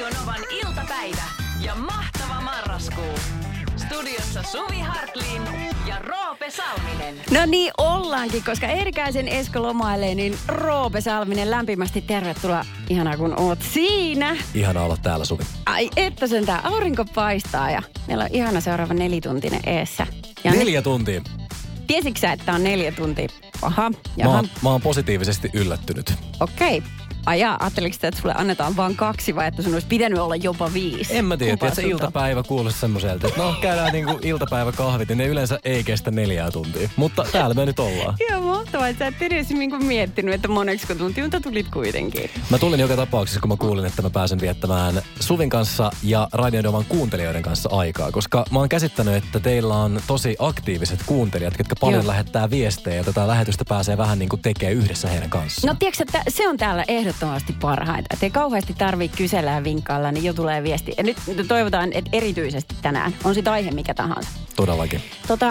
Novan iltapäivä ja mahtava marraskuu. Studiossa Suvi Hartlin ja Roope Salminen. No niin ollaankin, koska Eerikäisen Esko lomailee, niin Roope Salminen, lämpimästi tervetuloa. Ihanaa kun oot siinä. Ihanaa olla täällä, Suvi. Ai että sen tää aurinko paistaa ja meillä on ihana seuraava 4-tuntinen eessä. Ja 4 tuntia. Tiesitkö sä, että on 4 tuntia? Aha, Mä oon positiivisesti yllättynyt. Okei. Ajatteliko sitä, että sulle annetaan vaan 2 vai että sun olisi pitänyt olla jopa 5? En mä tiedä, että se iltapäivä kuulosti semmoiselta, että no käydään niinku iltapäiväkahvit, niin ne yleensä ei kestä 4 tuntia. Mutta täällä me nyt ollaan. Joo, mahtavaa, että sä et edes niinku miettinyt, että moneksi tuntia, mutta tulit kuitenkin. Mä tulin joka tapauksessa, kun mä kuulin, että mä pääsen viettämään Suvin kanssa ja Radio Novan kuuntelijoiden kanssa aikaa. Koska mä oon käsittänyt, että teillä on tosi aktiiviset kuuntelijat, jotka paljon lähettää viestejä ja tätä lähetystä pääsee vähän niin kuin tekee yhdessä heidän kanssaan. No tiedätkö, että se on täällä ehdottomasti parhaita. Että ei kauheasti tarvitse kysellä ja vinkkailla, niin jo tulee viesti. Ja nyt toivotaan, että erityisesti tänään on sit aihe mikä tahansa. Todellakin.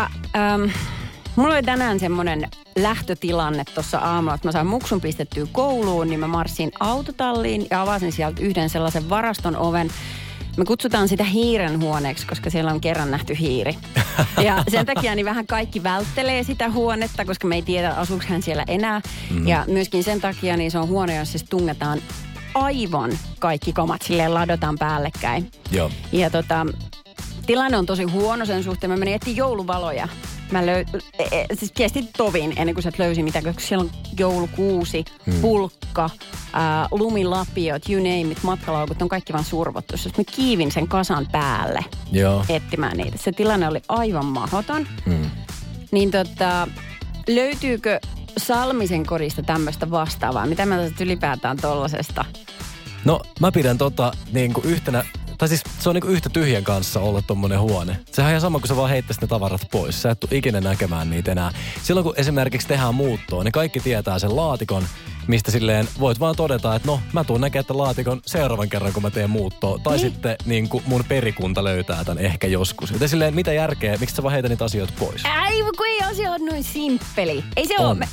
Mulla oli tänään semmoinen lähtötilanne tuossa aamulla, että mä sain muksun pistettyä kouluun, niin mä marssin autotalliin ja avasin sieltä yhden sellaisen varaston oven. Me kutsutaan sitä hiiren huoneeksi, koska siellä on kerran nähty hiiri. Ja sen takia niin vähän kaikki välttelee sitä huonetta, koska me ei tiedä, asuuko hän siellä enää. Ja myöskin sen takia niin se on huone, jossa siis tungetaan aivan kaikki kamat, silleen ladotaan päällekkäin. Joo. Ja tilanne on tosi huono sen suhteen. Mä menin etsiä jouluvaloja. Mä siis kesti tovin ennen kuin sä löysin mitään, koska siellä on joulukuusi, pulkka, lumilapiot, you name it, matkalaukut, on kaikki vaan survottu. Mä kiivin sen kasan päälle etsimään niitä. Se tilanne oli aivan mahdoton. Niin löytyykö Salmisen kodista tämmöistä vastaavaa? Mitä mä tästä ylipäätään tollasesta? No mä pidän niin kuin yhtenä. Tai siis se on niinku yhtä tyhjän kanssa olla tommonen huone. Sehän on ihan sama, kun sä vaan heittäisit ne tavarat pois. Sä et tule ikinä näkemään niitä enää. Silloin kun esimerkiksi tehdään muuttoa, niin kaikki tietää sen laatikon, mistä silleen voit vaan todeta, että no mä tuun näkemään tämän laatikon seuraavan kerran, kun mä teen muuttoa. Tai sitten niin kuin mun perikunta löytää tämän ehkä joskus. Joten silleen, mitä järkeä, miksi sä vaan heitä niitä asioita pois? Kun ei asia ole noin simppeli. Ei se ole.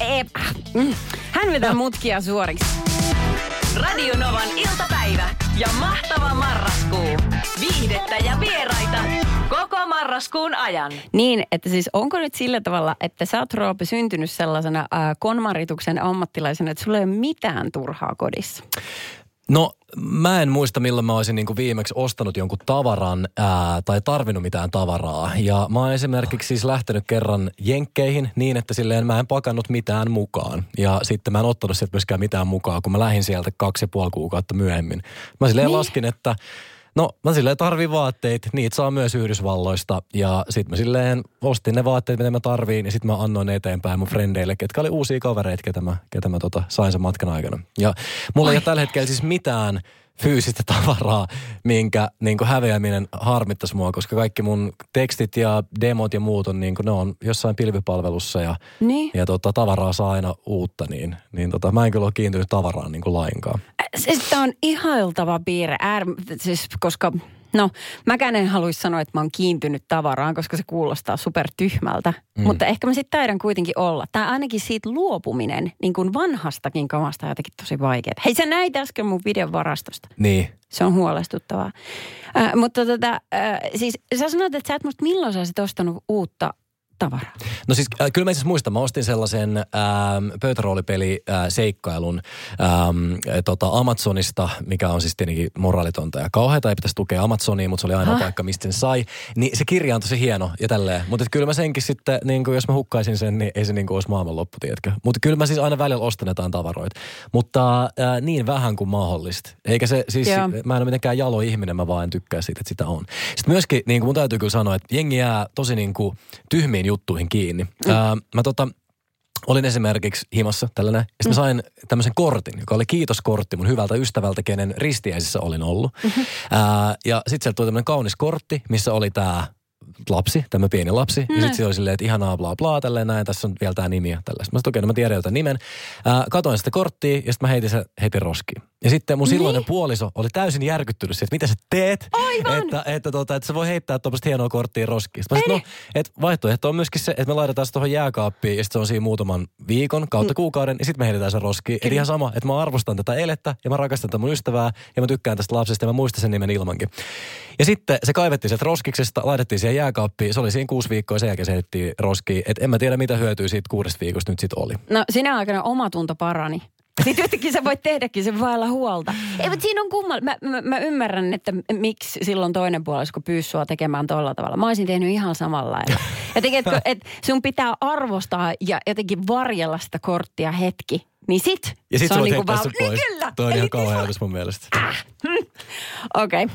Hän vetää mutkia suoriksi. Radio Novan iltapäivä ja mahtava marraskuu. Viihdettä ja vieraita koko marraskuun ajan. Niin, että siis onko nyt sillä tavalla, että sä oot, Roope, syntynyt sellaisena konmarituksen ammattilaisena, että sulla ei ole mitään turhaa kodissa? No, mä en muista, milloin mä olisin niinku viimeksi ostanut jonkun tavaran tai tarvinnut mitään tavaraa. Ja mä oon esimerkiksi siis lähtenyt kerran jenkkeihin niin, että silleen mä en pakannut mitään mukaan. Ja sitten mä en ottanut sieltä myöskään mitään mukaan, kun mä lähdin sieltä 2,5 kuukautta myöhemmin. Mä silleen laskin, että no mä silleen tarvin vaatteita, niitä saa myös Yhdysvalloista. Ja sit mä silleen ostin ne vaatteet, mitä mä tarviin, ja sit mä annoin ne eteenpäin mun frendeille, ketkä oli uusia kavereita, ketä mä sain sen matkan aikana. Ja mulla ei ole tällä hetkellä siis mitään fyysistä tavaraa, minkä niin kuin häviäminen harmittaisi mua, koska kaikki mun tekstit ja demot ja muut on niin kuin, ne on jossain pilvipalvelussa ja tavaraa saa aina uutta, niin mä en kyllä ole kiintynyt tavaraan niin kuin lainkaan. Siis tää on ihailtava piirre, siis koska mäkään en haluaisi sanoa, että mä oon kiintynyt tavaraan, koska se kuulostaa supertyhmältä. Mutta ehkä mä sitten taidan kuitenkin olla. Tai ainakin siitä luopuminen, niin kuin vanhastakin kamasta on jotenkin tosi vaikeaa. Hei, sä näit äsken mun videon varastosta. Niin. Se on huolestuttavaa. Mutta siis sä sanoit, että sä et musta milloin sä olisit ostanut uutta tavaraa? No siis kyllä mä itse muistan, mä ostin sellaisen pöytäroolipeli-seikkailun Amazonista, mikä on siis tietenkin moraalitonta ja kauheata, ei pitäisi tukea Amazonia, mutta se oli aina paikka, mistä sen sai. Niin se kirja on tosi hieno ja tälleen, mutta kyllä mä senkin sitten, niin kuin jos mä hukkaisin sen, niin ei se niin kuin olisi maailmanloppu, tiedätkö? Mutta kyllä mä siis aina välillä ostan jotain tavaroita, mutta niin vähän kuin mahdollista. Eikä se siis, mä en ole mitenkään jalo ihminen, mä vaan en tykkää siitä, että sitä on. Sitten myöskin, niin kuin mun täytyy kyllä sanoa, että jengi jää tosi niin kuin tyhmiin juttuihin kiinni. Mä olin esimerkiksi himassa tällainen, ja sitten mä sain tämmöisen kortin, joka oli kiitoskortti mun hyvältä ystävältä, kenen ristiäisissä olin ollut. Ja sitten sieltä tuli tämmöinen kaunis kortti, missä oli tää lapsi, tämä pieni lapsi. Ja sitten se oli silleen, että ihanaa bla bla, tälleen näin, tässä on vielä tää nimi ja tällaista. Mä sanoin, okei, mä tiedän jotain nimen. Katoin sitä korttia ja sitten mä heitin roskiin. Ja sitten mun silloinen puoliso oli täysin järkyttynyt siitä, että mitä sä teet? Aivan! Että sä voi heittää tuommoista hienoa korttia roskiin. Mä sanoin, että vaihtoehto on myöskin se, että me laitetaan se tuohon jääkaappiin ja sitten se on siinä muutaman viikon kautta kuukauden ja sitten me heitetään se roskiin. Eli ihan sama, että mä arvostan tätä elettä ja mä rakastan tätä mun ystävää ja mä tykkään tästä lapsesta ja mä muistan sen nimen ilmankin. Ja sitten se kaivettiin sieltä roskiksesta, laitettiin siihen jääkaappiin. Se oli siinä 6 viikkoa ja sen jälkeen se heitettiin roskiin. Että en mä tiedä mitä hyötyä siitä 6 viikosta nyt sit oli. No sinä aikana omatunto parani. Sitten yhtäkkiä sä voit tehdäkin sen vailla huolta. Ei, mutta siinä on mä ymmärrän, että miksi silloin toinen puolisko pyysi sua tekemään tolla tavalla. Mä olisin tehnyt ihan samalla lailla. Jotenkin, että sun pitää arvostaa ja jotenkin varjella sitä korttia hetki. Niin sit. Ja sit se sä on voit niinku heittää sen pois. Kyllä. Toi on ihan kauhean ajatus mun mielestä. Okei.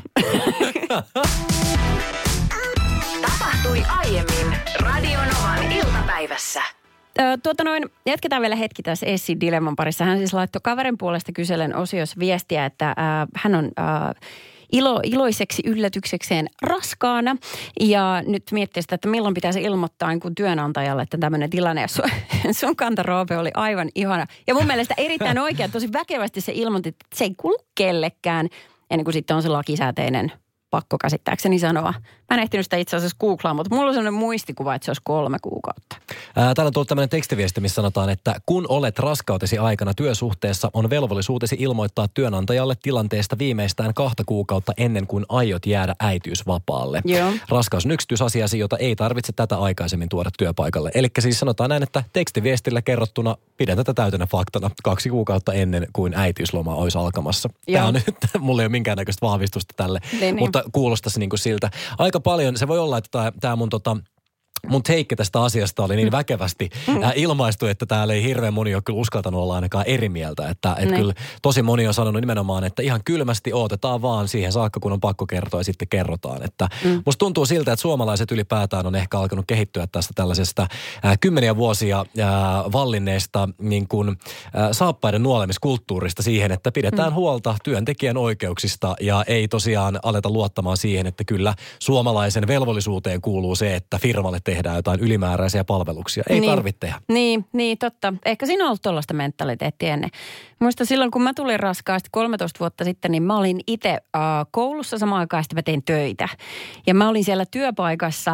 Tapahtui aiemmin Radionovan iltapäivässä. Jatketaan vielä hetki tässä Essin dilemman parissa. Hän siis laittoi kaverin puolesta kyselen osiossa viestiä, että hän on iloiseksi yllätyksekseen raskaana. Ja nyt miettii sitä, että milloin pitäisi ilmoittaa niin kuin työnantajalle, että tämmöinen tilanne. Ja sun kanta, Roope, oli aivan ihana. Ja mun mielestä erittäin oikein, tosi väkevästi se ilmoitti, että se ei kuulu kellekään, ennen kuin sitten on se lakisääteinen pakko käsittääkseni sanoa. Mä en ehtinyt sitä itse asiassa googlaa, mutta mulla on sellainen muistikuva, että se olisi 3 kuukautta. Täällä on tullut tämmöinen tekstiviesti, missä sanotaan, että kun olet raskautesi aikana työsuhteessa, on velvollisuutesi ilmoittaa työnantajalle tilanteesta viimeistään 2 kuukautta ennen kuin aiot jäädä äitiysvapaalle. Joo. Raskaus on yksityisasiasi, jota ei tarvitse tätä aikaisemmin tuoda työpaikalle. Eli siis sanotaan näin, että tekstiviestillä kerrottuna pidän tätä täytänä faktana 2 kuukautta ennen kuin äitiysloma olisi alkamassa. Joo. Tämä on nyt, mulla ei ole minkäännäköistä vahvistusta tälle, mutta kuulostaisi niin kuin siltä. Aika paljon, se voi olla, että tämä mun take tästä asiasta oli niin väkevästi ilmaistu, että täällä ei hirveän moni ole kyllä uskaltanut olla ainakaan eri mieltä. Että kyllä tosi moni on sanonut nimenomaan, että ihan kylmästi odotetaan vaan siihen saakka, kun on pakko kertoa ja sitten kerrotaan. Että musta tuntuu siltä, että suomalaiset ylipäätään on ehkä alkanut kehittyä tästä tällaisesta 10 vuosia vallinneesta niin kuin saappaiden nuolemiskulttuurista siihen, että pidetään huolta työntekijän oikeuksista ja ei tosiaan aleta luottamaan siihen, että kyllä suomalaisen velvollisuuteen kuuluu se, että firmalle tehdään jotain ylimääräisiä palveluksia. Ei tarvitse tehdä. Niin, totta. Ehkä siinä on ollut tuollaista mentaliteettia ennen. Muista silloin, kun mä tulin raskaasti 13 vuotta sitten, niin mä olin itse koulussa samaan aikaan, sitten mä tein töitä. Ja mä olin siellä työpaikassa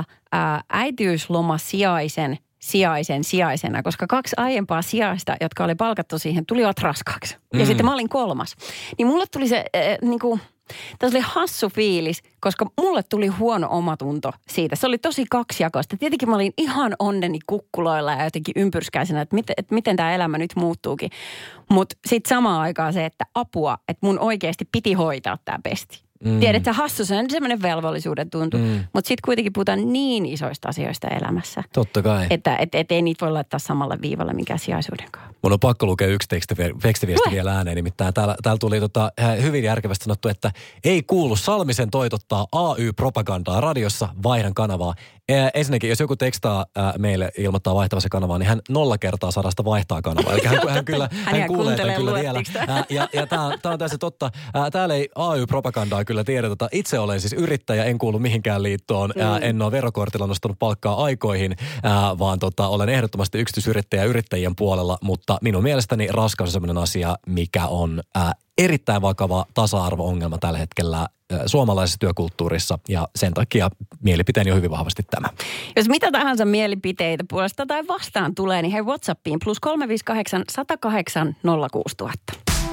sijaisena, koska 2 aiempaa sijaista, jotka oli palkattu siihen, tulivat raskaaksi. Ja sitten mä olin 3. Niin mulle tuli se tässä oli hassu fiilis, koska mulle tuli huono omatunto siitä. Se oli tosi kaksijakoista. Tietenkin mä olin ihan onneni kukkuloilla ja jotenkin ympyrskäisenä, että miten tämä elämä nyt muuttuukin. Mutta sitten samaan aikaan se, että apua, että mun oikeasti piti hoitaa tämä pesti. Tiedätkö, hassu, se on semmoinen velvollisuuden tuntu. Mutta sitten kuitenkin puhutaan niin isoista asioista elämässä. Totta kai. Että ei niitä voi laittaa samalle viivalle minkään sijaisuuden kanssa. Mun on pakko lukea yksi tekstiviesti vielä ääneen. Nimittäin täällä tuli hyvin järkevästi sanottu, että ei kuulu Salmisen toitottaa AY-propagandaa radiossa, vaihdan kanavaa. Ensinnäkin, jos joku tekstaa meille ilmoittaa vaihtamassa kanavaa, niin hän 0 kertaa 100 vaihtaa kanavaa. Eli hän kuulee tämän kyllä vielä. Ja tämä on tässä totta. Täällä ei AY-propagandaa kyllä tiedoteta. Itse olen siis yrittäjä, en kuulu mihinkään liittoon. En ole verokortilla nostanut palkkaa aikoihin, vaan olen ehdottomasti yksityisyrittäjä yrittäjien puolella. Mutta minun mielestäni raskaus on sellainen asia, mikä on erittäin vakava tasa-arvo-ongelma tällä hetkellä suomalaisessa työkulttuurissa ja sen takia mielipiteeni on hyvin vahvasti tämä. Jos mitä tahansa mielipiteitä puolesta tai vastaan tulee, niin hei WhatsAppiin +358 108 06000.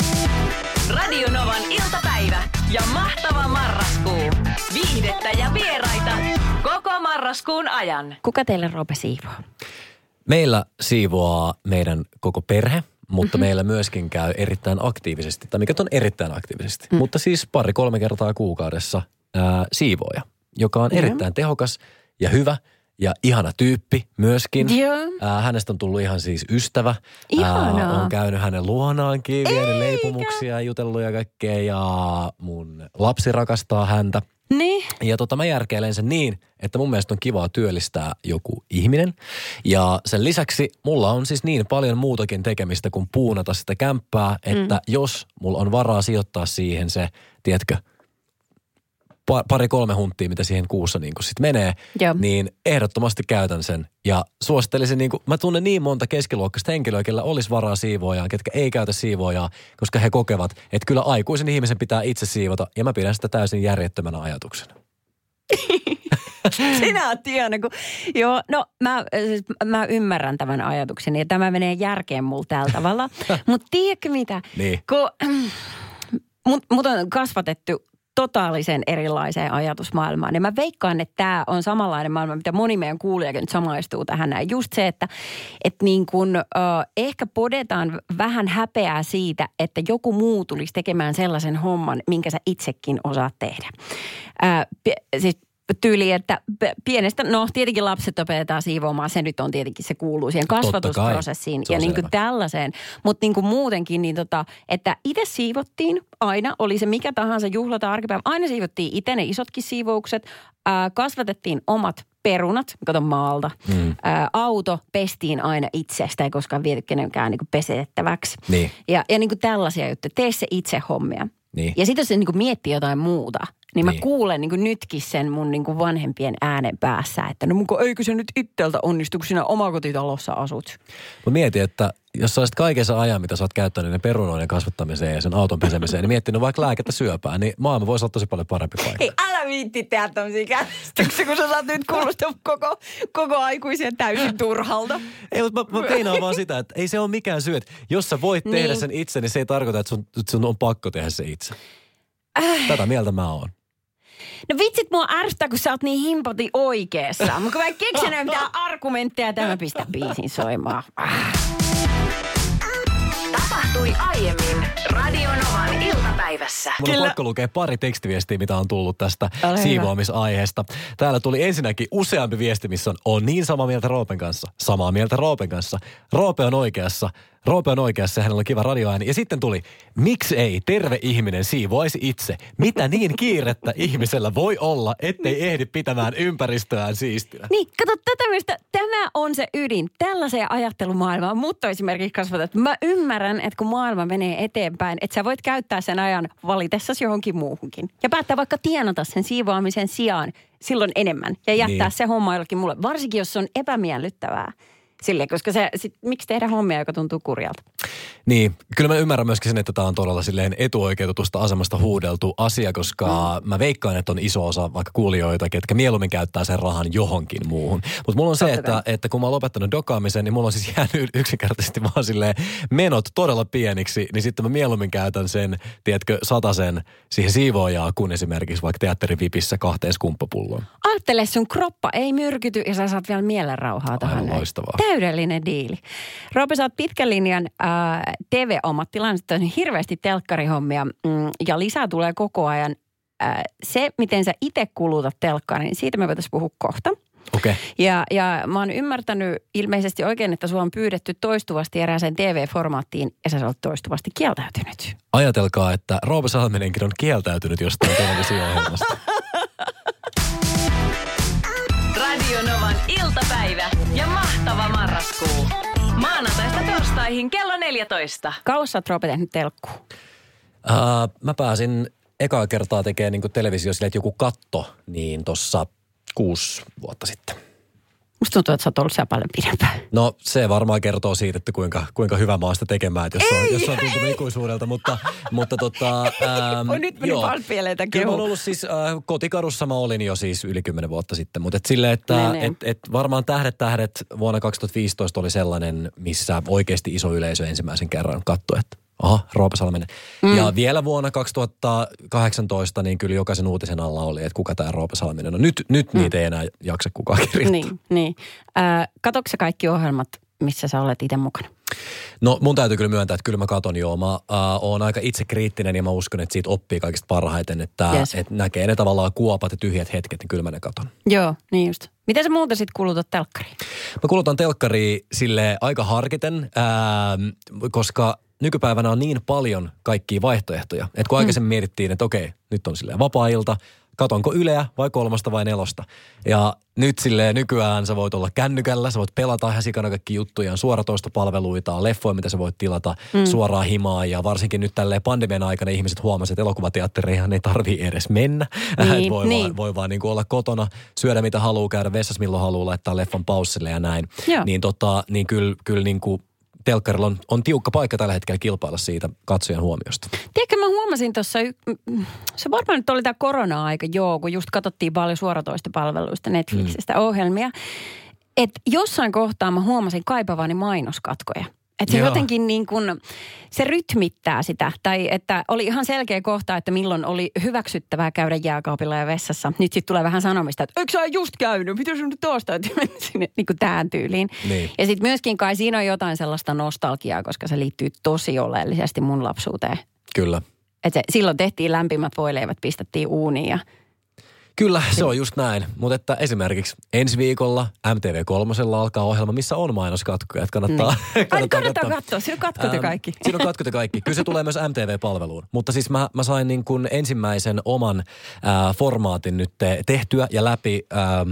Radio Novan iltapäivä ja mahtava marraskuu. Viihdettä ja vieraita koko marraskuun ajan. Kuka teille, Roope, siivoaa? Meillä siivoaa meidän koko perhe. Mutta meillä myöskin käy erittäin aktiivisesti, tai mikä on erittäin aktiivisesti, mutta siis 2-3 kertaa kuukaudessa siivooja, joka on erittäin tehokas ja hyvä ja ihana tyyppi myöskin. Hänestä on tullut ihan siis ystävä. On käynyt hänen luonaankin, vienyt leipomuksia, jutellut ja kaikkea ja mun lapsi rakastaa häntä. Niin. Ja mä järkeilen sen niin, että mun mielestä on kivaa työllistää joku ihminen. Ja sen lisäksi mulla on siis niin paljon muutakin tekemistä kuin puunata sitä kämppää, että jos mulla on varaa sijoittaa siihen se, tiedätkö, 3 hunttia, mitä siihen kuussa niin sit menee, niin ehdottomasti käytän sen. Ja suosittelisin, mä tunnen niin monta keskiluokkaista henkilöä, kellä olisi varaa siivoojaan, ketkä ei käytä siivoojaa, koska he kokevat, että kyllä aikuisen ihmisen pitää itse siivota, ja mä pidän sitä täysin järjettömänä ajatuksena. Sinä oot tiedä, joo, no mä ymmärrän tämän ajatuksen ja tämä menee järkeen mulla tällä tavalla. Mutta tiedätkö mitä? Niin. Mut on kasvatettu totaalisen erilaiseen ajatusmaailmaan. Ja mä veikkaan, että tämä on samanlainen maailma, mitä moni meidän kuulijakin nyt samaistuu tähän näin. Just se, että niin kun, ehkä podetaan vähän häpeää siitä, että joku muu tulisi tekemään sellaisen homman, minkä sä itsekin osaat tehdä. Siis tyyli, että pienestä, no tietenkin lapset opetetaan siivoamaan, se nyt on tietenkin, se kuuluu siihen kasvatusprosessiin ja niin kuin tällaiseen. Mutta niin kuin muutenkin, niin että itse siivottiin aina, oli se mikä tahansa juhla tai arkipäivä, aina siivottiin itse ne isotkin siivoukset, kasvatettiin omat perunat, kato maalta, auto pestiin aina itse, sitä ei koskaan viety kenenkään niin kuin pesetettäväksi. Niin. Ja niin kuin tällaisia juttuja, tee se itse hommia. Niin. Ja sitten jos se niin kuin miettii jotain muuta, niin mä kuulen niin kuin nytkin sen mun niin kuin vanhempien äänen päässä, että no eikö se nyt itseltä onnistu, kun sinä omakotitalossa asut. Mä mietin, että jos sä olisit kaiken sen ajan, mitä sä oot käyttänyt ne perunoiden kasvattamiseen ja sen auton pesemiseen, niin miettinyt vaikka lääkettä syöpää, niin maailma voisi olla tosi paljon parempi paikka. Hei, älä viitti tehdä tämmöisiä käsityksiä, kun sä saat nyt kuulostaa koko aikuisen täysin turhalta. Ei, mutta mä peinaan vaan sitä, että ei se ole mikään syy, että jos sä voit tehdä sen itse, niin se ei tarkoita, että sun on pakko tehdä se itse. Tätä mieltä mä oon. No vitsit mua ärsyttää, kun sä oot niin himpoti oikeassa. Mutta kun mä keksin mitään argumentteja, tämä pistää biisin soimaan. Tapahtui aiemmin Radionovan iltapäivässä. Mulla on pakko lukea pari tekstiviestiä, mitä on tullut tästä siivoamisaiheesta. Täällä tuli ensinnäkin useampi viesti, missä on niin samaa mieltä Roopen kanssa. Samaa mieltä Roopen kanssa. Roope on oikeassa ja hänellä on kiva radioääni. Ja sitten tuli, miksi ei terve ihminen siivoisi itse? Mitä niin kiirettä ihmisellä voi olla, ettei ehdi pitämään ympäristöään siistinä? Niin, kato tämä on se ydin. Tällaiseen ajattelumaailmaan mutta esimerkiksi kasvatat. Mä ymmärrän, että kun maailma menee eteenpäin, että sä voit käyttää sen ajan valitessasi johonkin muuhunkin. Ja päättää vaikka tienata sen siivoamisen sijaan silloin enemmän. Ja jättää se homma jollekin mulle. Varsinkin, jos se on epämiellyttävää. Silleen, koska miksi tehdä hommia, joka tuntuu kurjalta? Niin, kyllä mä ymmärrän myöskin sen, että tämä on todella silleen etuoikeutetusta asemasta huudeltu asia, koska mä veikkaan, että on iso osa vaikka kuulijoita, ketkä mieluummin käyttää sen rahan johonkin muuhun. Mutta mulla on se, että kun mä oon lopettanut dokaamisen, niin mulla on siis jäänyt yksinkertaisesti vaan silleen menot todella pieniksi, niin sitten mä mieluummin käytän sen, tiedätkö, 100 siihen siivoojaa, kun esimerkiksi vaikka teatterivipissä 2 skumppapulloon. Ajattele, sun kroppa ei myrkyty ja sä saat vielä mielenrauhaa tähän. Aivan loistavaa. Täydellinen diili. Roope, sä oot pitkän linjan TV-ammattilainen, on hirveästi telkkarihommia ja lisää tulee koko ajan. Se, miten sä itse kulutat telkkaria, niin siitä me voitaisiin puhua kohta. Okay. Ja mä oon ymmärtänyt ilmeisesti oikein, että sua on pyydetty toistuvasti erääseen TV-formaattiin ja sä olet toistuvasti kieltäytynyt. Ajatelkaa, että Roope Salminenkin on kieltäytynyt jostain televisio-ohjelmasta. Radionovan iltapäivä ja mahtava marraskuu. Maanantaista torstaihin kello 14. Kauan sä oot, Roope, tehnyt telkkuu? Mä pääsin ekaa kertaa tekemään niin televisio silleen, että joku katto, niin tossa 6 vuotta sitten. Musta tuntuu, että sä oot ollut siellä paljon pidempään. No se varmaan kertoo siitä, että kuinka hyvä mä oon sitä tekemään, että jos on tuntunut ikuisuudelta, mutta on nyt meni paljon pieleen tämän kyllä mä oon ollut siis, kotikadussa mä olin jo siis yli 10 vuotta sitten, mutta silleen, että varmaan Tähdet vuonna 2015 oli sellainen, missä oikeasti iso yleisö ensimmäisen kerran katsoi, että aha, Roope Salminen. Ja vielä vuonna 2018 niin kyllä jokaisen uutisen alla oli, että kuka tämä Roope Salminen on. Nyt niitä ei enää jaksa kukaan kirjoittaa. Niin. Katokko sä kaikki ohjelmat, missä sä olet itse mukana? No mun täytyy kyllä myöntää, että kyllä mä katon joo. Mä oon aika itsekriittinen ja mä uskon, että siitä oppii kaikista parhaiten, että näkee ne tavallaan kuopat ja tyhjät hetket, niin kyllä mä ne katon. Joo, niin just. Miten sä muuta sit kulutat telkkariin? Mä kulutan telkkariin silleen aika harkiten, koska nykypäivänä on niin paljon kaikkia vaihtoehtoja. Että kun aikaisemmin mietittiin, että okei, nyt on silleen vapaa-ilta, katonko Yleä vai 3 vai 4. Ja nyt silleen nykyään sä voit olla kännykällä, sä voit pelata ihan sikana kaikki juttuja, suoratoistopalveluita, leffoja, mitä sä voit tilata suoraan himaan. Ja varsinkin nyt tälleen pandemian aikana ihmiset huomasivat, että elokuvateattereihin ei tarvii edes mennä. Niin, voi vaan niinku olla kotona, syödä mitä haluaa, käydä vessassa milloin haluaa, laittaa leffan paussille ja näin. Niin kyllä niinku telkkarilla on tiukka paikka tällä hetkellä kilpailla siitä katsojan huomiosta. Tiedätkö, mä huomasin tuossa, se varmaan nyt oli tämä korona-aika, kun just katsottiin paljon suoratoistopalveluista Netflixistä ohjelmia, että jossain kohtaa mä huomasin kaipavani mainoskatkoja. Että se jotenkin niin kuin, se rytmittää sitä. Tai että oli ihan selkeä kohta, että milloin oli hyväksyttävää käydä jääkaapilla ja vessassa. Nyt sitten tulee vähän sanomista, että eikö sä just käynyt? Mitä sun nyt tuosta? Sinne niin kuin tähän tyyliin. Niin. Ja sitten myöskin kai siinä on jotain sellaista nostalgiaa, koska se liittyy tosi oleellisesti mun lapsuuteen. Kyllä. Että silloin tehtiin lämpimät voileivät, pistettiin uuniin ja... Kyllä, se on just näin. Mutta että esimerkiksi ensi viikolla MTV3 alkaa ohjelma, missä on mainoskatkoja. Että kannattaa katsoa. Siinä on katkot ja kaikki. Siinä on katkot ja kaikki. Kyllä se tulee myös MTV-palveluun. Mutta siis mä sain niin kuin ensimmäisen oman formaatin nyt tehtyä ja läpi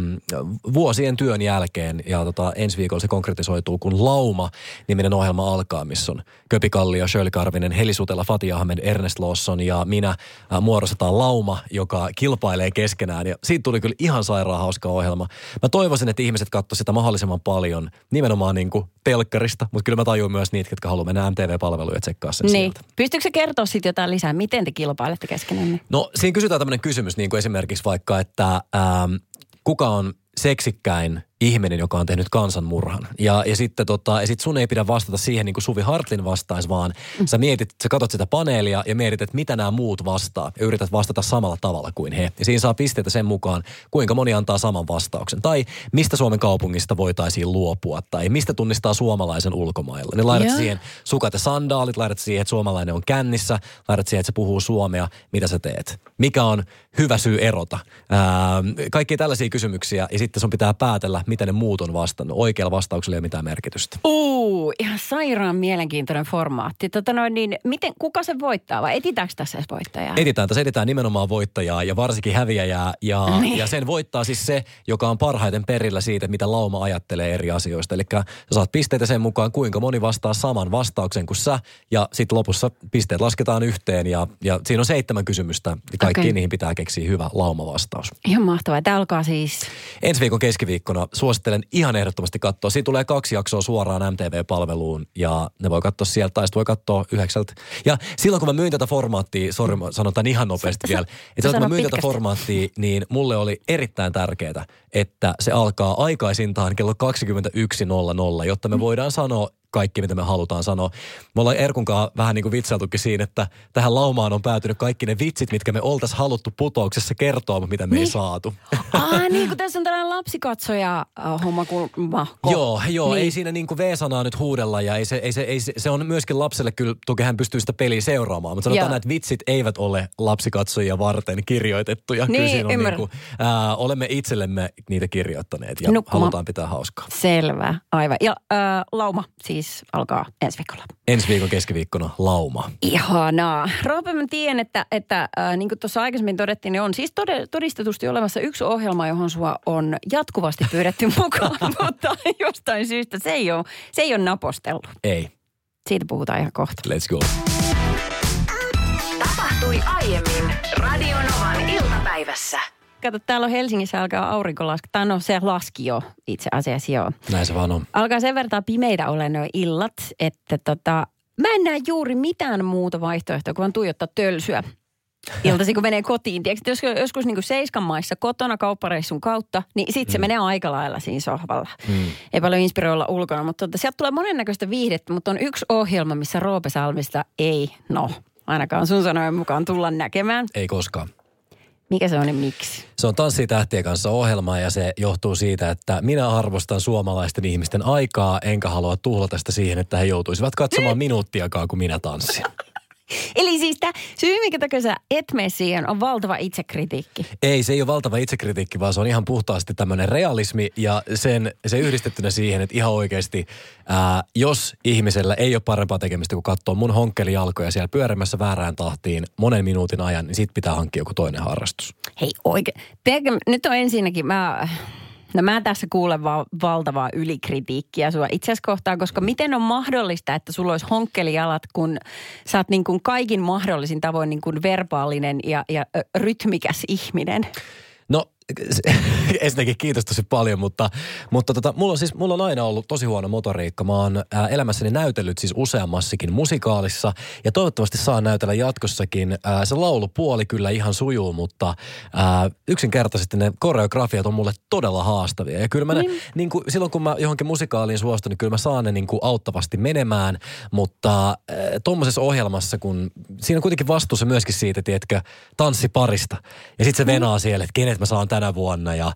vuosien työn jälkeen. Ja ensi viikolla se konkretisoituu, kun Lauma-niminen ohjelma alkaa, missä on Köpi Kallio, Shirley Karvinen, Heli Sutela, Fatih Ahmed, Ernest Lawson ja minä muodostetaan Lauma, joka kilpailee keskenään. Ja siitä tuli kyllä ihan sairaan hauska ohjelma. Mä toivoisin, että ihmiset katsoisivat sitä mahdollisimman paljon, nimenomaan niin kuin telkkarista, mutta kyllä mä tajuin myös niitä, jotka haluaa mennä MTV-palveluja tsekkaa sen sieltä. Pystyykö se kertoa sitten jotain lisää? Miten te kilpailette keskenään? No siinä kysytään tämmöinen kysymys, niin kuin esimerkiksi vaikka, että kuka on seksikkäin ihminen, joka on tehnyt kansanmurhan. Ja sitten sit sun ei pidä vastata siihen niin kuin Suvi Hartlin vastaisi, vaan sä katot sitä paneelia ja mietit, että mitä nämä muut vastaa. Ja yrität vastata samalla tavalla kuin he. Ja siinä saa pisteitä sen mukaan, kuinka moni antaa saman vastauksen. Tai mistä Suomen kaupungista voitaisiin luopua. Tai mistä tunnistaa suomalaisen ulkomailla. Niin laitat siihen sukat ja sandaalit, laitat siihen, että suomalainen on kännissä, laitat siihen, että se puhuu suomea. Mitä sä teet? Mikä on hyvä syy erota? Kaikkia tällaisia kysymyksiä. Ja sitten sun pitää päätellä, mitä ne muut on vastannut. Oikealla vastauksella ei ole mitään merkitystä. Ihan sairaan mielenkiintoinen formaatti. Kuka se voittaa vai etitäänkö tässä voittajaa? Etsitään nimenomaan voittajaa ja varsinkin häviäjää. Ja sen voittaa siis se, joka on parhaiten perillä siitä, mitä Lauma ajattelee eri asioista. Eli sä saat pisteitä sen mukaan, kuinka moni vastaa saman vastauksen kuin sä. Ja sitten lopussa pisteet lasketaan yhteen ja siinä on 7 kysymystä. Kaikkiin niihin pitää keksiä hyvä Lauma-vastaus. Ihan mahtavaa. Tämä alkaa siis... Ensi viikon keskiviikkona suosittelen ihan ehdottomasti katsoa. Siinä tulee 2 jaksoa suoraan MTV-palveluun ja ne voi katsoa sieltä tai voi katsoa 9. Ja silloin kun mä myin tätä formaattia, sanotaan ihan nopeasti vielä. Että silloin kun mä myin tätä formaattia, niin mulle oli erittäin tärkeää, että se alkaa aikaisintaan kello 21.00, jotta me voidaan sanoa kaikki, mitä me halutaan sanoa. Me ollaan Erkunkaan vähän niin kuin vitsailtukin siinä, että tähän Laumaan on päätynyt kaikki ne vitsit, mitkä me oltaisiin haluttu putouksessa kertoa, mutta mitä me ei saatu. Niin kuin tässä on tällainen lapsikatsoja-homma. Joo, niin. Ei siinä niin kuin V-sanaa nyt huudella ja se on myöskin lapselle kyllä, toki hän pystyy sitä peliä seuraamaan, mutta sanotaan, että vitsit eivät ole lapsikatsojia varten kirjoitettuja. Niin, kyllä siinä on olemme itsellemme niitä kirjoittaneet ja halutaan pitää hauskaa. Selvä, aivan. Ja Lauma siis alkaa ensi viikolla. Ensi viikon keskiviikkona Lauma. Ihanaa. Roope, mä tiedän, että niin kuin tuossa aikaisemmin todettiin, niin on siis todistetusti olemassa yksi ohjelma, johon sua on jatkuvasti pyydetty mukaan, mutta jostain syystä se ei ole napostellut. Ei. Siitä puhutaan ihan kohta. Let's go. Tapahtui aiemmin Radionovan iltapäivässä. Kato, täällä on Helsingissä alkaa aurinko laskea. No se laski jo itse asiassa joo. Näin se vaan on. Alkaa sen verran pimeitä olla nuo illat, että mä en näe juuri mitään muuta vaihtoehtoa, kuin tuijottaa tölsyä. Iltasi kun menee kotiin. Tiedätkö, jos joskus niin kuin Seiskan maissa kotona kauppareissun kautta, niin sitten se menee aika lailla siinä sohvalla. Ei paljon inspiroilla ulkona, mutta sieltä tulee monennäköistä viihdettä, mutta on yksi ohjelma, missä Roope Salmista ei, ainakaan sun sanojen mukaan tulla näkemään. Ei koskaan. Mikä se on ja miksi? Se on Tanssii tähtien kanssa ohjelma ja se johtuu siitä, että minä arvostan suomalaisten ihmisten aikaa, enkä halua tuhlata sitä siihen, että he joutuisivat katsomaan minuuttiakaan, kun minä tanssin. Eli siis tämä syy, minkä takia sä et mene siihen, on valtava itsekritiikki. Ei, se ei ole valtava itsekritiikki, vaan se on ihan puhtaasti tämmöinen realismi ja se yhdistettynä siihen, että ihan oikeasti, jos ihmisellä ei ole parempaa tekemistä kuin katsoa mun honkkelijalkoja siellä pyörimässä väärään tahtiin monen minuutin ajan, niin sit pitää hankkia joku toinen harrastus. Hei oikein. Nyt on ensinnäkin, mä tässä kuulen valtavaa ylikritiikkiä sua itse asiassa kohtaan, koska miten on mahdollista, että sulla olisi honkkelijalat, kun sä oot niin kuin kaikin mahdollisin tavoin niin kuin verbaalinen ja rytmikäs ihminen? No, ensinnäkin kiitos tosi paljon, mutta mulla on aina ollut tosi huono motoriikka. Mä oon elämässäni näytellyt siis useammassakin musikaalissa ja toivottavasti saan näytellä jatkossakin. Se laulupuoli kyllä ihan sujuu, mutta yksinkertaisesti ne koreografiat on mulle todella haastavia. Ja kyllä mä niin kuin, silloin kun mä johonkin musikaaliin suostun, niin kyllä mä saan ne niin kuin auttavasti menemään, mutta tommosessa ohjelmassa, kun siinä on kuitenkin vastuussa myöskin siitä, tiedätkö, tanssiparista. Ja sit se venaa siellä, että kenet mä saan tänä vuonna ja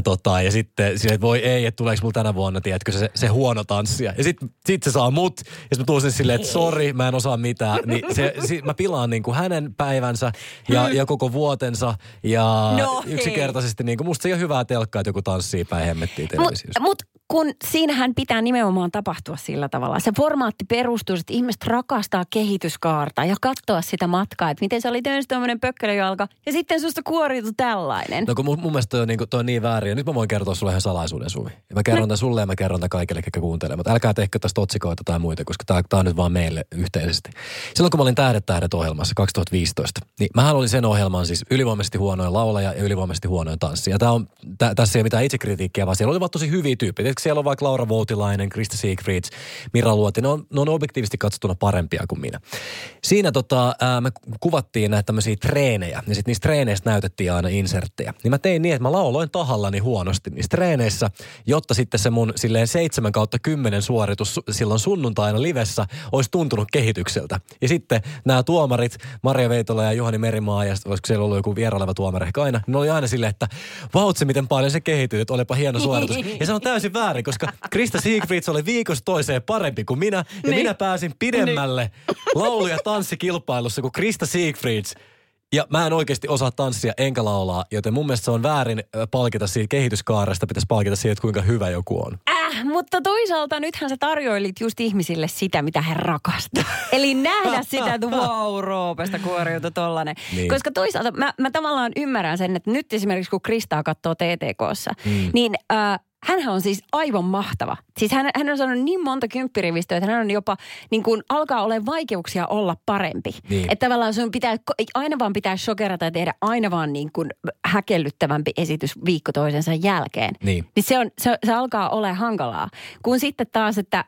sitten sille, että voi ei, että tuleeko mulla tänä vuonna, tiedätkö, se huono tanssia. Ja sit se saa mut, ja mä tuun sen silleen, että sori, mä en osaa mitään. Niin mä pilaan niin kuin hänen päivänsä ja koko vuotensa ja yksinkertaisesti niin kuin musta se ei ole hyvää telkkaa, että joku tanssii päin hemmettiin televisiossa. Mut kun siinähän pitää nimenomaan tapahtua sillä tavalla. Se formaatti perustuu, että ihmiset rakastaa kehityskaarta ja katsoa sitä matkaa, että miten se oli töissä tuommoinen pökkälöjalka ja sitten susta kuoriutui tällainen. No kun mun mielestä toi on niin väärin ja nyt mä voin kertoa sulle ihan salaisuuden, Suvi. Ja mä kerron tämän sulle ja mä kerron tämän kaikille, ketkä kuuntelee. Mutta älkää tehkö tästä otsikoita tai muita, koska tää on nyt vaan meille yhteisesti. Silloin kun mä olin Tähdet ohjelmassa 2015, niin mähän olin sen ohjelman siis ylivoimaisesti huonoin laulaja ja ylivoimaisesti huonoin tanssi. Ja tässä ei ole mitään itsekritiikkiä, vaan siellä oli vaan tosi hyviä tyyppejä. Siellä on vaikka Laura Voutilainen, Krista Siegfrieds, Mira Luoti. Ne on objektiivisesti katsottuna parempia kuin minä. Siinä me kuvattiin näitä tämmöisiä treenejä. Ja sitten niistä treeneistä näytettiin aina inserttejä. Niin mä tein niin, että mä lauloin tahallani huonosti niissä treeneissä, jotta sitten se mun silleen 7/10 suoritus silloin sunnuntaina livessä olisi tuntunut kehitykseltä. Ja sitten nämä tuomarit, Maria Veitola ja Juhani Merimaa, ja olisiko siellä ollut joku vieraileva tuomari ehkä aina, ne oli aina silleen, että vautse miten paljon se kehityy, että olipa hieno suoritus. Ja se on täysin väärin, koska Krista Siegfrieds oli viikosta toiseen parempi kuin minä, ja minä pääsin pidemmälle laulu- ja tanssikilpailussa kuin Krista Siegfrieds. Ja mä en oikeasti osaa tanssia enkä laulaa, joten mun mielestä se on väärin palkita siitä kehityskaaresta, pitäisi palkita siitä, että kuinka hyvä joku on. Mutta toisaalta nythän sä tarjoilit just ihmisille sitä, mitä he rakastaa. Eli nähdä sitä, että wow, Roopesta kuoriutui tollanen. Niin. Koska toisaalta mä tavallaan ymmärrän sen, että nyt esimerkiksi kun Kristaa katsoo TTK:ssa, niin hänhän on siis aivan mahtava. Siis hän on saanut niin monta kymppirivistöä, että hän on jopa niin kuin alkaa olemaan vaikeuksia olla parempi. Niin. Että tavallaan sun pitää aina vaan pitää shokerata ja tehdä aina vaan niin kuin häkellyttävämpi esitys viikko toisensa jälkeen. Niin se alkaa olemaan hankalaa. Kun sitten taas, että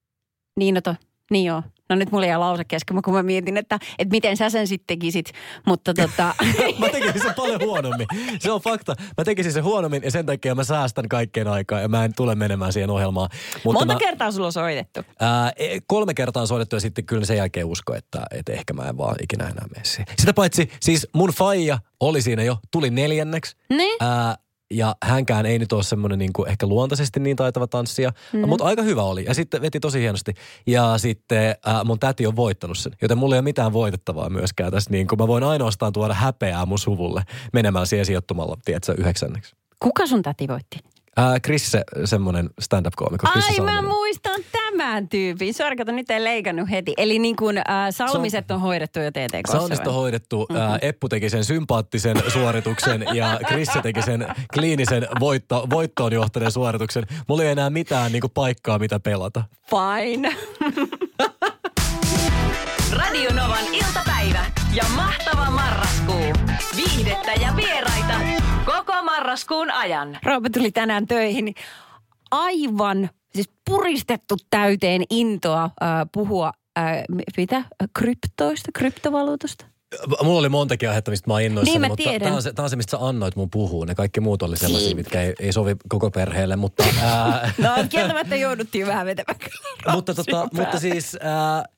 niin joo. No nyt mulla jäi lause kesken, kun mä mietin, että miten sä sen sitten tekisit, mutta Mä tekisin sen paljon huonommin. Se on fakta. Mä tekisin sen huonommin ja sen takia mä säästän kaikkeen aikaa ja mä en tule menemään siihen ohjelmaan. Monta kertaa sulla on soitettu? 3 kertaa on soitettu ja sitten kyllä sen jälkeen usko, että ehkä mä en vaan ikinä enää mene siihen. Sitä paitsi siis mun faija oli siinä jo, tuli 4. Niin? Ja hänkään ei nyt ole semmoinen niin kuin ehkä luontaisesti niin taitava tanssia, mutta aika hyvä oli. Ja sitten veti tosi hienosti. Ja sitten mun täti on voittanut sen, joten mulla ei ole mitään voitettavaa myöskään tässä. Niin kuin mä voin ainoastaan tuoda häpeää mun suvulle menemällä siihen sijoittumalla, tiedätkö, 9. Kuka sun täti voitti? Krisse, semmoinen stand-up-koomikko. Ai mä muistan tämän tyypin. Sori, kato, nyt ei leikannut heti. Eli niin kuin Salmiset on hoidettu jo TTK:ssa. Salmiset on hoidettu. Eppu teki sen sympaattisen suorituksen ja Krisse teki sen kliinisen voittoon johtaneen suorituksen. Mulla ei enää mitään niin kuin paikkaa, mitä pelata. Fine. Radio Novan iltapäivä ja mahtava marraskuu. Viihdettä ja vieraita koko marraskuun ajan. Roope tuli tänään töihin aivan siis puristettu täyteen intoa puhua kryptovaluutasta. Mulla oli montakin aihetta, mistä mä oon innoissani, niin, mutta tää on se, mistä sä annoit mun puhua. Ne kaikki muut oli sellaisia, mitkä ei sovi koko perheelle, mutta... No kieltämättä jouduttiin vähän vetämään. mutta siis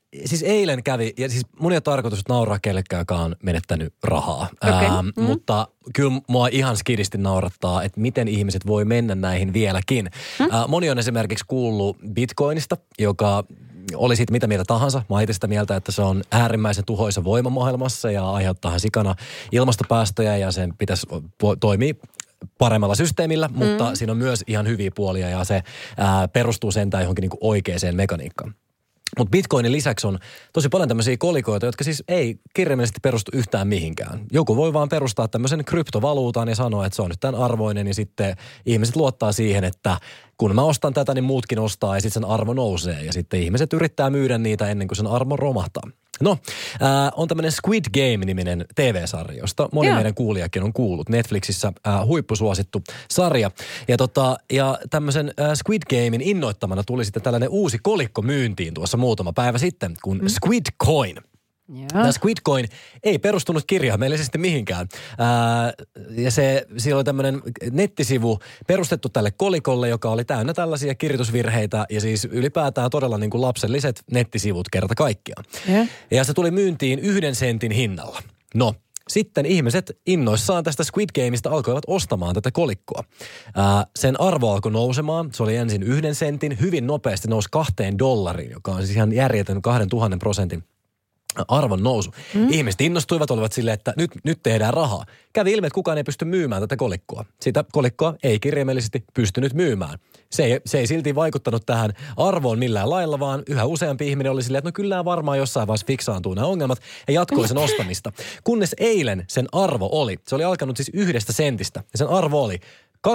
siis eilen kävi, ja siis mun ei ole tarkoitus nauraa kellekään, joka on menettänyt rahaa. Mutta kyllä mua ihan skidisti naurattaa, että miten ihmiset voi mennä näihin vieläkin. Moni on esimerkiksi kuullut Bitcoinista, joka oli siitä mitä mieltä tahansa. Mä oon sitä mieltä, että se on äärimmäisen tuhoisa voima maailmassa ja aiheuttaa sikana ilmastopäästöjä ja sen pitäisi toimia paremmalla systeemillä, mutta siinä on myös ihan hyviä puolia ja se perustuu sentään johonkin niinku oikeaan mekaniikkaan. Mutta Bitcoinin lisäksi on tosi paljon tämmöisiä kolikoita, jotka siis ei kirjaimellisesti perustu yhtään mihinkään. Joku voi vaan perustaa tämmöisen kryptovaluutan ja sanoa, että se on nyt tämän arvoinen, ja sitten ihmiset luottaa siihen, että kun mä ostan tätä, niin muutkin ostaa ja sitten sen arvo nousee. Ja sitten ihmiset yrittää myydä niitä ennen kuin sen arvo romahtaa. No, on tämmöinen Squid Game-niminen TV-sarja, josta moni meidän kuulijakin on kuullut. Netflixissä huippusuosittu sarja. Ja tämmöisen Squid Gamein innoittamana tuli sitten tällainen uusi kolikko myyntiin tuossa muutama päivä sitten, kun Squid Coin. Tämä Squid Coin ei perustunut kirjaimellisesti mihinkään. Ja siellä oli tämmöinen nettisivu perustettu tälle kolikolle, joka oli täynnä tällaisia kirjoitusvirheitä ja siis ylipäätään todella niin kuin lapselliset nettisivut kerta kaikkiaan. Ja se tuli myyntiin 1 sentin hinnalla. No, sitten ihmiset innoissaan tästä Squid Gameista alkoivat ostamaan tätä kolikkoa. Sen arvo alkoi nousemaan. Se oli ensin 1 sentin, hyvin nopeasti nousi $2, joka on siis ihan järjetön 2000% arvon nousu. Ihmiset innostuivat, olivat silleen, että nyt tehdään rahaa. Kävi ilmi, että kukaan ei pysty myymään tätä kolikkoa. Sitä kolikkoa ei kirjaimellisesti pystynyt myymään. Se ei silti vaikuttanut tähän arvoon millään lailla, vaan yhä useampi ihminen oli silleen, että no kyllä varmaan jossain vaiheessa fiksaantuu nämä ongelmat ja jatkoi sen ostamista. Kunnes eilen sen arvo oli, se oli alkanut siis 1 sentistä ja sen arvo oli $2,861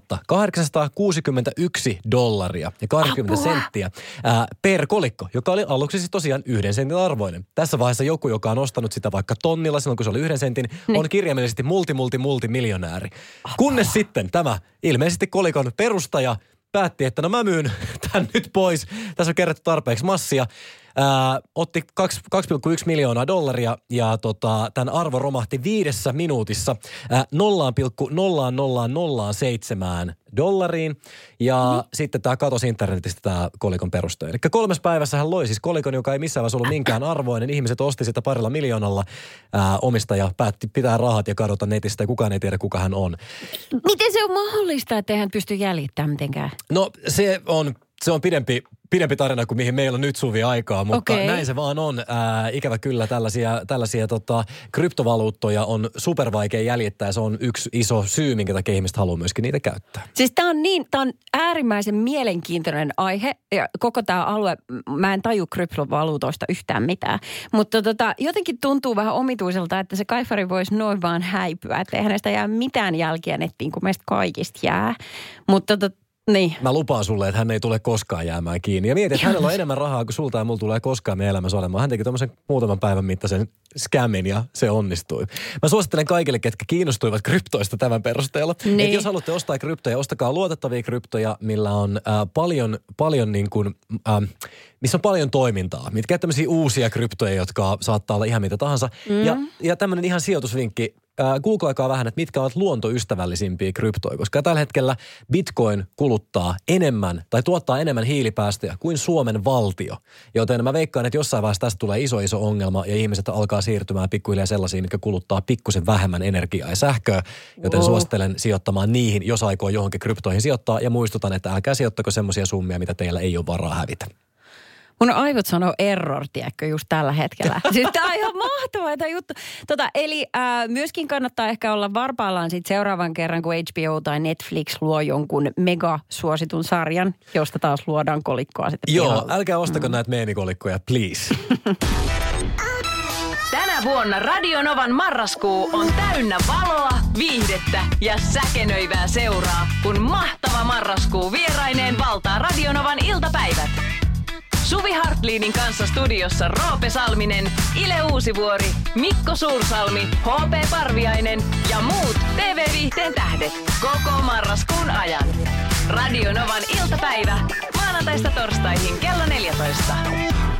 ja 80 senttiä per kolikko, joka oli aluksi siis tosiaan 1 sentin arvoinen. Tässä vaiheessa joku, joka on ostanut sitä vaikka tonnilla silloin, kun se oli 1 sentin, on kirjaimellisesti multimiljonääri. Kunnes sitten tämä ilmeisesti kolikon perustaja päätti, että no mä myyn tän nyt pois. Tässä on kerätty tarpeeksi massia. Otti $2,1 miljoonaa ja tämän arvo romahti 5 minuutissa $0,0007 ja sitten tämä katosi internetistä tämä kolikon perustaja. Eli 3 päivässä hän loi siis kolikon, joka ei missään vaiheessa ollut minkään arvoinen. Ihmiset osti sitä $2 miljoonalla, omistaja päätti pitää rahat ja kadota netistä ja kukaan ei tiedä kuka hän on. Miten se on mahdollista, että eihän pysty jäljittämään mitenkään? No se on pidempi tarina kuin mihin meillä on nyt Suvi aikaa, mutta näin se vaan on. Ikävä kyllä tällaisia kryptovaluuttoja on supervaikea jäljittää ja se on yksi iso syy, minkä takia ihmiset haluaa myöskin niitä käyttää. Siis tää on äärimmäisen mielenkiintoinen aihe ja koko tämä alue, mä en taju kryptovaluutoista yhtään mitään, mutta jotenkin tuntuu vähän omituiselta, että se kaifari voisi noin vaan häipyä, että eihän näistä jää mitään jälkiä nettiin, kun meistä kaikista jää, mutta niin. Mä lupaan sulle, että hän ei tule koskaan jäämään kiinni. Ja mietin, että hänellä on enemmän rahaa kuin sulta ja mulla tulee koskaan meidän elämässä olemaan. Hän teki tommosen muutaman päivän mittaisen scammin ja se onnistui. Mä suosittelen kaikille, ketkä kiinnostuivat kryptoista tämän perusteella. Niin. Että jos haluatte ostaa kryptoja, ostakaa luotettavia kryptoja, millä on paljon niin kuin, missä on paljon toimintaa. Mitkä tämmöisiä uusia kryptoja, jotka saattaa olla ihan mitä tahansa. Ja tämmöinen ihan sijoitusvinkki. Googlaikaa vähän, että mitkä ovat luontoystävällisimpiä kryptoja, koska tällä hetkellä Bitcoin kuluttaa enemmän tai tuottaa enemmän hiilipäästöjä kuin Suomen valtio. Joten mä veikkaan, että jossain vaiheessa tästä tulee iso ongelma ja ihmiset alkaa siirtymään pikkuhiljaa sellaisiin, mitkä kuluttaa pikkusen vähemmän energiaa ja sähköä. Joten suosittelen sijoittamaan niihin, jos aikoo johonkin kryptoihin sijoittaa ja muistutan, että älkää sijoittako semmoisia summia, mitä teillä ei ole varaa hävitä. Mun aivot sanoo error, tiedätkö, just tällä hetkellä. Siis tää on ihan mahtavaa tämä juttu. Eli myöskin kannattaa ehkä olla varpaillaan sit seuraavan kerran, kun HBO tai Netflix luo jonkun megasuositun sarjan, josta taas luodaan kolikkoa sitten. Joo, älkää ostako näitä meemikolikkoja, please. Tänä vuonna Radio Novan marraskuu on täynnä valoa, viihdettä ja säkenöivää seuraa, kun mahtava marraskuu vieraineen valtaa Radio Novan iltapäivät. Suvi Hartlinin kanssa studiossa Roope Salminen, Ile Uusivuori, Mikko Suursalmi, HP Parviainen ja muut TV-viihteen tähdet koko marraskuun ajan. Radio Novan iltapäivä maanantaista torstaihin kello 14.